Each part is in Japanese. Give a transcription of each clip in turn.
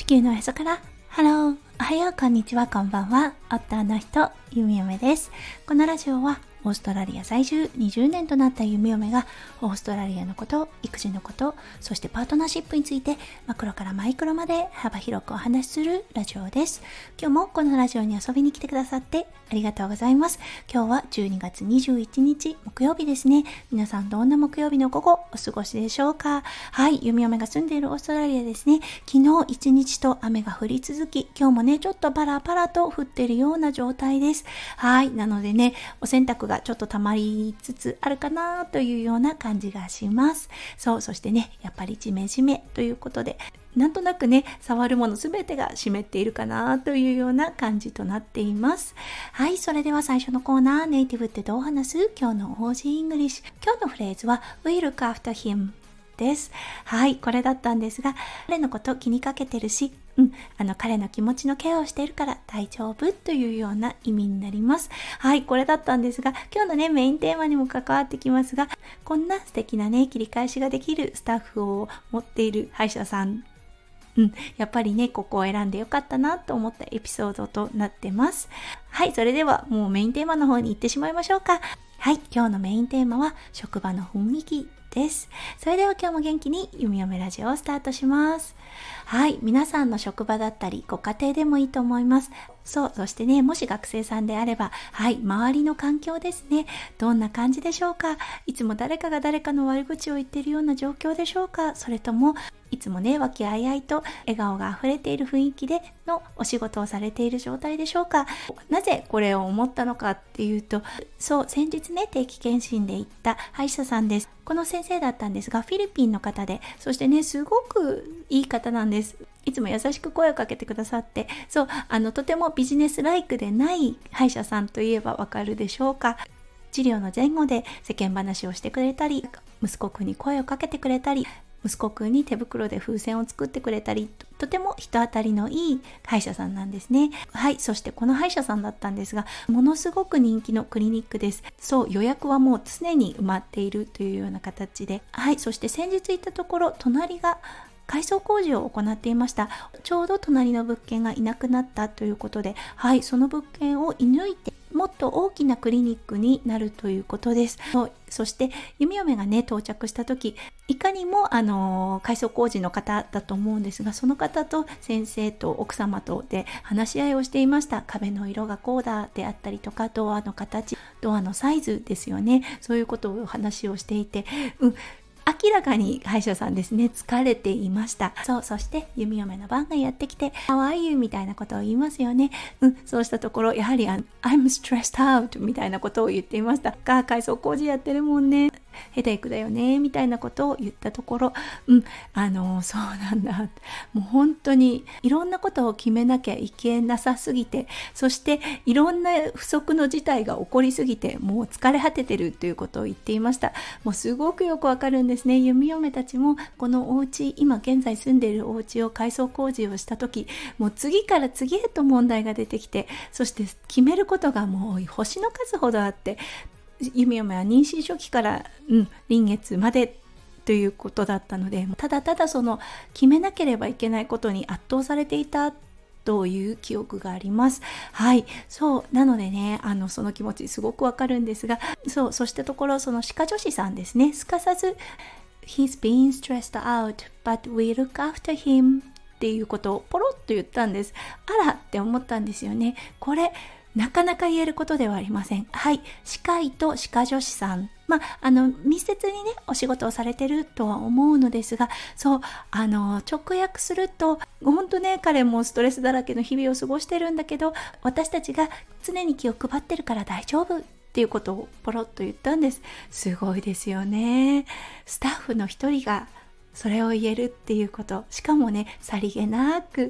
地球のへそからハロー、おはよう、こんにちは、こんばんは。夫の人、ゆみおめです。このラジオはオーストラリア在住20年となったゆみおめがオーストラリアのこと、育児のこと、そしてパートナーシップについてマクロからマイクロまで幅広くお話しするラジオです。今日もこのラジオに遊びに来てくださってありがとうございます。今日は12月21日木曜日ですね。皆さんどんな木曜日の午後お過ごしでしょうか？はい、ゆみおめが住んでいるオーストラリアですね。昨日一日と雨が降り続き、今日もねちょっとパラパラと降っているような状態です。はい、なのでねお洗濯がちょっと溜まりつつあるかなというような感じがします。そしてねやっぱりジメジメということで、なんとなくね触るものすべてが湿っているかなというような感じとなっています。はい、それでは最初のコーナー、ネイティブってどう話す？今日の OG イングリッシュ。今日のフレーズは We look after him です。はい、これだったんですが、彼のこと気にかけてるし、彼の気持ちのケアをしているから大丈夫というような意味になります。はい、これだったんですが、今日のねメインテーマにも関わってきますが、こんな素敵なね切り返しができるスタッフを持っている歯医者さん、やっぱりねここを選んでよかったなと思ったエピソードとなってます。はい、それではもうメインテーマの方に行ってしまいましょうか。はい、今日のメインテーマは職場の雰囲気です。それでは今日も元気にゆみおめラジオをスタートします。はい、皆さんの職場だったりご家庭でもいいと思います。そしてね、もし学生さんであれば、はい、周りの環境ですね。どんな感じでしょうか？いつも誰かが誰かの悪口を言っているような状況でしょうか？それともいつもね和気あいあいと笑顔があふれている雰囲気でのお仕事をされている状態でしょうか？なぜこれを思ったのかっていうと、先日ね定期検診で行った歯医者さんです。この先生だったんですが、フィリピンの方で、そしてねすごくいい方なんです。いつも優しく声をかけてくださって、とてもビジネスライクでない歯医者さんといえばわかるでしょうか？治療の前後で世間話をしてくれたり、息子くんに声をかけてくれたり、息子くんに手袋で風船を作ってくれたり、とても人当たりのいい歯医者さんなんですね。はい、そしてこの歯医者さんだったんですが、ものすごく人気のクリニックです。予約はもう常に埋まっているというような形で、はい、そして先日行ったところ、隣が改装工事を行っていました。ちょうど隣の物件がいなくなったということで、はい、その物件を射抜いてもっと大きなクリニックになるということです。そして弓嫁がね到着した時、いかにも改装工事の方だと思うんですが、その方と先生と奥様とで話し合いをしていました。壁の色がこうだであったりとか、ドアの形、ドアのサイズですよね。そういうことを話をしていて、明らかに歯医者さんですね疲れていました。そして弓嫁の番がやってきて How are you? みたいなことを言いますよね。そうしたところやはりI'm stressed out みたいなことを言っていました。改装工事やってるもんね、ヘデークだよねみたいなことを言ったところ、そうなんだ、もう本当にいろんなことを決めなきゃいけなさすぎて、そしていろんな不測の事態が起こりすぎてもう疲れ果ててるということを言っていました。もうすごくよくわかるんですね。弓嫁たちもこのお家、今現在住んでいるお家を改装工事をした時、もう次から次へと問題が出てきて、そして決めることがもう星の数ほどあって、弓嫁は妊娠初期から臨月までということだったので、ただただその決めなければいけないことに圧倒されていたという記憶があります。はい、なのでねその気持ちすごくわかるんですが、そしたところその歯科助手さんですね、すかさず He's been stressed out but we look after him っていうことをポロッと言ったんです。あらって思ったんですよね。これなかなか言えることではありません。はい、歯科医と歯科助手さん、密接にねお仕事をされてるとは思うのですが、直訳すると本当ね彼もストレスだらけの日々を過ごしてるんだけど、私たちが常に気を配ってるから大丈夫っていうことをポロッと言ったんです。すごいですよね。スタッフの一人がそれを言えるっていうこと、しかもねさりげなく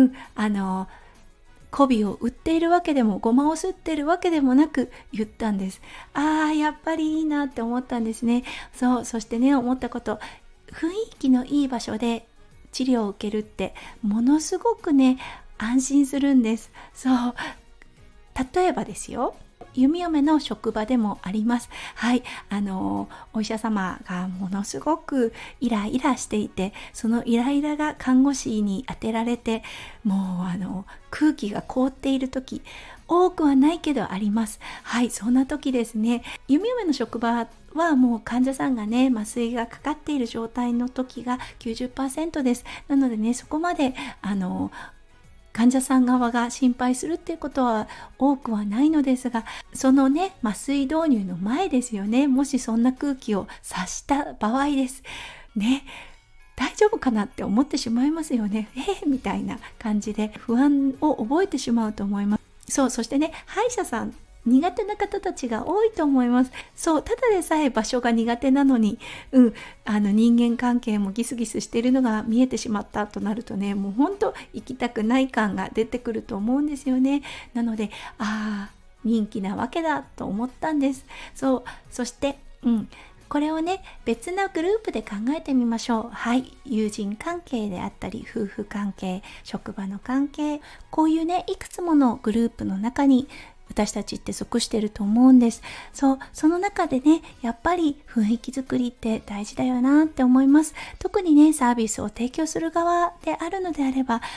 媚びを売っているわけでもごまをすっているわけでもなく言ったんです。やっぱりいいなって思ったんですね。そしてね思ったこと、雰囲気のいい場所で治療を受けるってものすごくね安心するんです。例えばですよ、 弓嫁の職場でもあります。はい、お医者様がものすごくイライラしていて、そのイライラが看護師に当てられて、もう空気が凍っている時、多くはないけどあります。はい、そんな時ですね、弓嫁の職場はもう患者さんがね、麻酔がかかっている状態の時が 90% です。なのでね、そこまで患者さん側が心配するっていうことは多くはないのですが、そのね、麻酔導入の前ですよね。もしそんな空気を察した場合ですね、大丈夫かなって思ってしまいますよね。みたいな感じで不安を覚えてしまうと思います。そしてね、歯医者さん苦手な方たちが多いと思います。ただでさえ場所が苦手なのに、人間関係もギスギスしているのが見えてしまったとなるとね、もう本当行きたくない感が出てくると思うんですよね。なので、人気なわけだと思ったんです。そして、これをね、別なグループで考えてみましょう。はい、友人関係であったり、夫婦関係、職場の関係、こういうね、いくつものグループの中に私たちって属してると思うんです。その中でね、やっぱり雰囲気作りって大事だよなって思います。特にね、サービスを提供する側であるのであれば、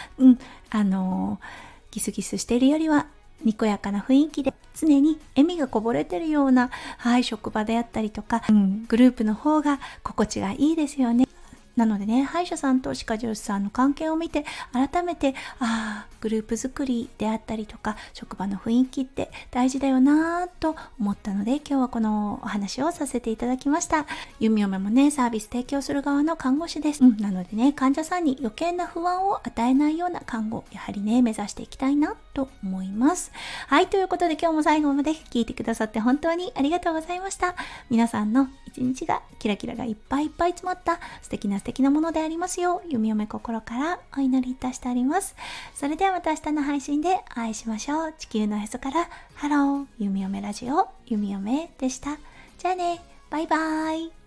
ギスギスしているよりはにこやかな雰囲気で常に笑みがこぼれてるような、職場であったりとか、グループの方が心地がいいですよね。なのでね、歯医者さんと歯科助手さんの関係を見て改めてグループ作りであったりとか職場の雰囲気って大事だよなと思ったので、今日はこのお話をさせていただきました。弓嫁もね、サービス提供する側の看護師です。なのでね、患者さんに余計な不安を与えないような看護、やはりね、目指していきたいなと思います。はい、ということで今日も最後まで聞いてくださって本当にありがとうございました。皆さんの一日がキラキラがいっぱいいっぱい詰まった素敵なものでありますよう、弓嫁心からお祈りいたしております。それではまた明日の配信でお会いしましょう。地球のへそからハロー、弓嫁ラジオ、弓嫁でした。じゃあね、バイバイ。